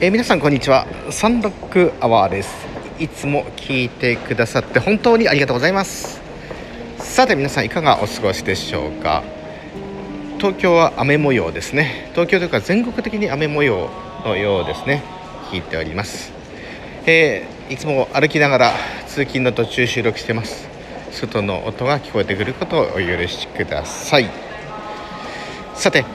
皆さんこんにちは。サンロックアワーです。いつも聞いてくださって本当にありがとうございます。さて皆さんいかがお過ごしでしょうか。東京は雨模様ですね。東京というか全国的に雨模様のようですね。聞いております。いつも歩きながら通勤の途中収録してます。外の音が聞こえてくることをお許しください。さて、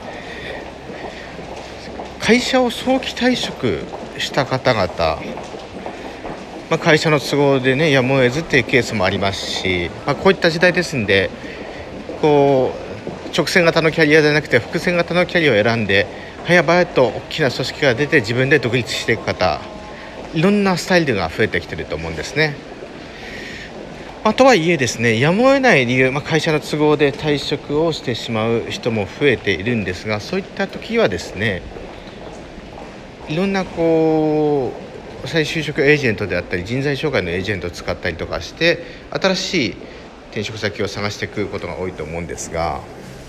会社を早期退職した方々、会社の都合でねやむを得ずっていうケースもありますし、こういった時代ですんで、こう直線型のキャリアじゃなくて複線型のキャリアを選んで早々と大きな組織が出て自分で独立していく方、いろんなスタイルが増えてきてると思うんですね。とはいえですね、やむを得ない理由、会社の都合で退職をしてしまう人も増えているんですが、そういった時はですね、いろんな再就職エージェントであったり人材紹介のエージェントを使ったりとかして新しい転職先を探していくことが多いと思うんですが、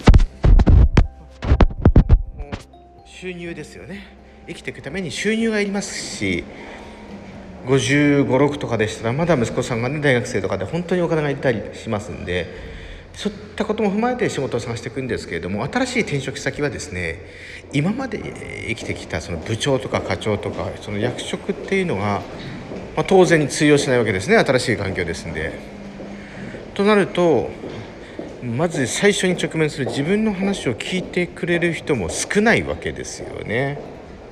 収入ですよね。生きていくために収入がいりますし、55、6とかでしたらまだ息子さんがね大学生とかで本当にお金がいったりしますんで、そういったことも踏まえて仕事を探していくんですけれども、新しい転職先はですね、今まで生きてきたその部長とか課長とかその役職っていうのが、当然に通用しないわけですね。新しい環境ですんで。となると、まず最初に直面する自分の話を聞いてくれる人も少ないわけですよね。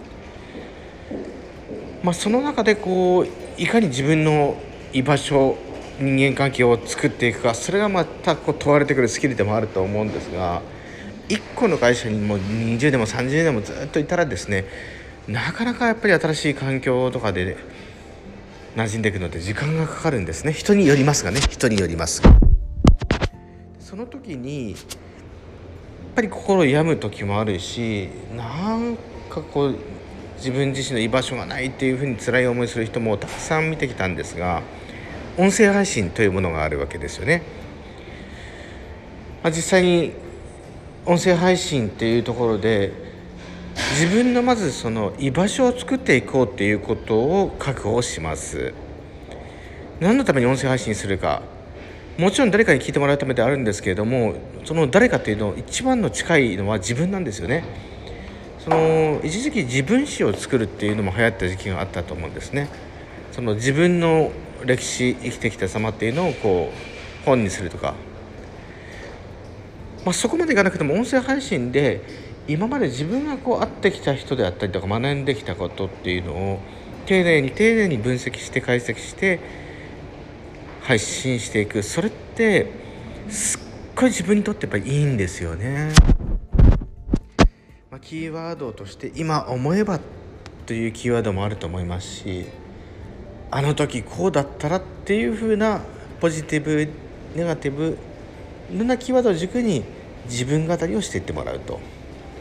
その中でいかに自分の居場所、人間関係を作っていくか、それがまた問われてくるスキルでもあると思うんですが、1個の会社にも20年も30年もずっといたらですね、なかなかやっぱり新しい環境とかで馴染んでいくので時間がかかるんですね。人によりますがね、人によります。その時にやっぱり心病む時もあるし、なんか自分自身の居場所がないっていうふうに辛い思いする人もたくさん見てきたんですが、音声配信というものがあるわけですよね。実際に音声配信っていうところで自分のまずその居場所を作っていこうっていうことを確保します。何のために音声配信するか、もちろん誰かに聞いてもらうためであるんですけれども、その誰かっていうの一番の近いのは自分なんですよね。一時期自分史を作るっていうのも流行った時期があったと思うんですね。その自分の歴史、生きてきた様っていうのを本にするとか、そこまでいかなくても音声配信で今まで自分が会ってきた人であったりとか学んできたことっていうのを丁寧に分析して解析して配信していく。それってすっごい自分にとってやっぱりいいんですよね。キーワードとして今思えばというキーワードもあると思いますし、あの時こうだったらっていう風なポジティブネガティブいろんなキーワードを軸に自分語りをしていってもらうと。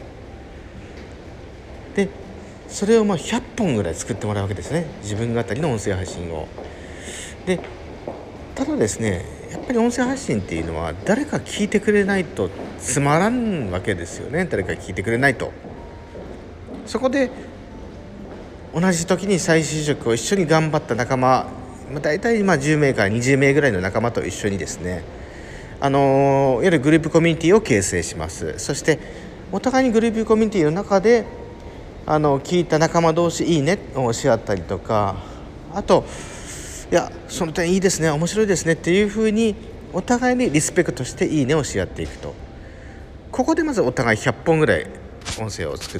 でそれを100本ぐらい作ってもらうわけですね、自分語りの音声配信を。でただですね、やっぱり音声配信っていうのは誰か聞いてくれないとつまらんわけですよね。誰か聞いてくれないと。そこで同じ時に再就職を一緒に頑張った仲間、大体10名から20名ぐらいの仲間と一緒にですね、いわゆるグループコミュニティを形成します。そしてお互いにグループコミュニティの中で聞いた仲間同士いいねをし合ったりとか、あといやその点いいですね、面白いですねっていうふうにお互いにリスペクトしていいねをし合っていくと。ここでまずお互い100本ぐらい音声を作って、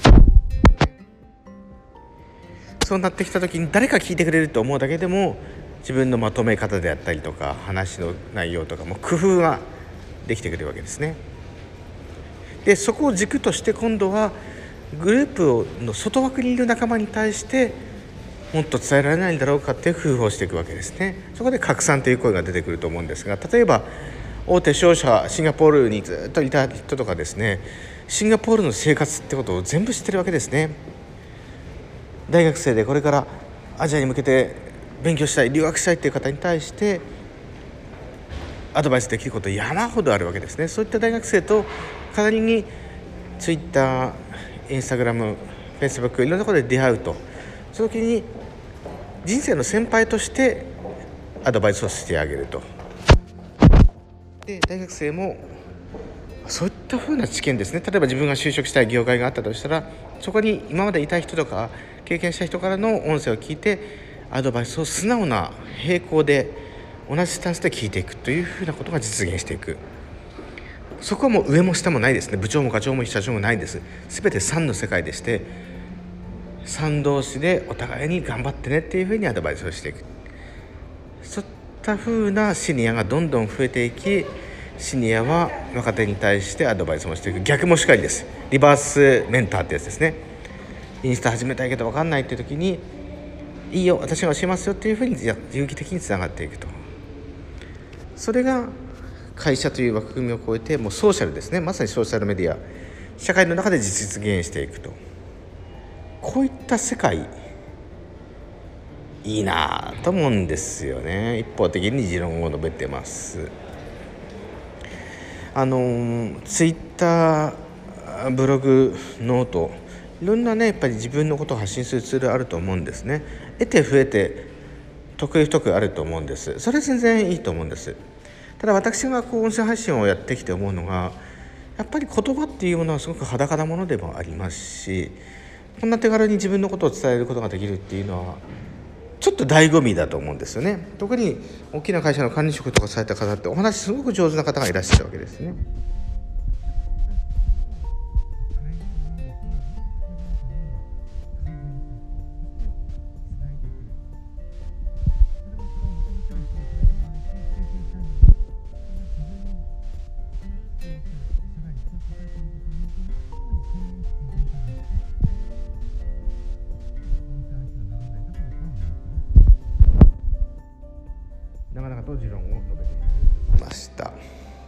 そうなってきた時に誰か聞いてくれると思うだけでも自分のまとめ方であったりとか話の内容とかも工夫ができてくるわけですね。でそこを軸として今度はグループの外枠にいる仲間に対してもっと伝えられないんだろうかっていう工夫をしていくわけですね。そこで拡散という声が出てくると思うんですが、例えば大手商社シンガポールにずっといた人とかですね、シンガポールの生活ってことを全部知ってるわけですね。大学生でこれからアジアに向けて勉強したい、留学したいっていう方に対してアドバイスできること山ほどあるわけですね。そういった大学生と仮にツイッター、インスタグラム、フェイスブックいろんなところで出会うと、 その時に人生の先輩としてアドバイスをしてあげると。で大学生もそういった風な知見ですね。例えば自分が就職したい業界があったとしたら、そこに今までいた人とか経験した人からの音声を聞いてアドバイスを素直な並行で同じスタンスで聞いていくという風なことが実現していく。そこはもう上も下もないですね。部長も課長も社長もないです。全て3の世界でして、3同士でお互いに頑張ってねっていう風にアドバイスをしていく。そういった風なシニアがどんどん増えていき、シニアは若手に対してアドバイスもしていく。逆もしかりです。リバースメンターってやつですね。インスタ始めたいけど分かんないっていう時に、いいよ私が教えますよっていう風に有機的につながっていくと。それが会社という枠組みを超えて、もうソーシャルですね。まさにソーシャルメディア、社会の中で実現していくと。こういった世界いいなと思うんですよね。一方的に持論を述べてます。ツイッター、ブログ、ノート、いろんなねやっぱり自分のことを発信するツールあると思うんですね。得て増えて得意不得意あると思うんです。それは全然いいと思うんです。ただ私が音声配信をやってきて思うのが、やっぱり言葉っていうものはすごく裸なものでもありますし、こんな手軽に自分のことを伝えることができるっていうのはちょっと醍醐味だと思うんですよね。特に大きな会社の管理職とかされた方ってお話すごく上手な方がいらっしゃるわけですね。長々と持論を述べていました。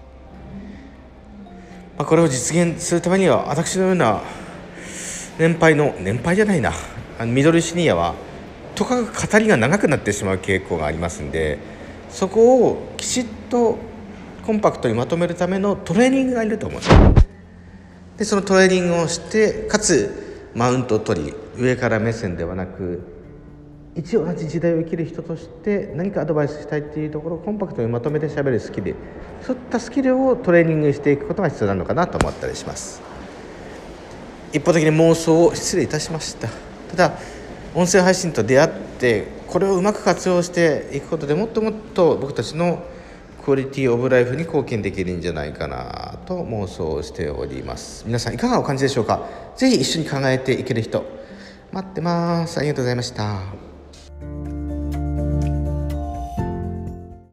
これを実現するためには、私のような年配じゃないな、ミドルシニアはとかく語りが長くなってしまう傾向がありますんで、そこをきちっとコンパクトにまとめるためのトレーニングがいると思うんです。でそのトレーニングをして、かつマウントを取り、上から目線ではなく一同じ時代を生きる人として何かアドバイスしたいっていうところをコンパクトにまとめて喋るスキル、そういったスキルをトレーニングしていくことが必要なのかなと思ったりします。一方的に妄想を失礼いたしました。ただ音声配信と出会って、これをうまく活用していくことでもっともっと僕たちのクオリティオブライフに貢献できるんじゃないかなと妄想しております。皆さんいかがお感じでしょうか。ぜひ一緒に考えていける人待ってます。ありがとうございました。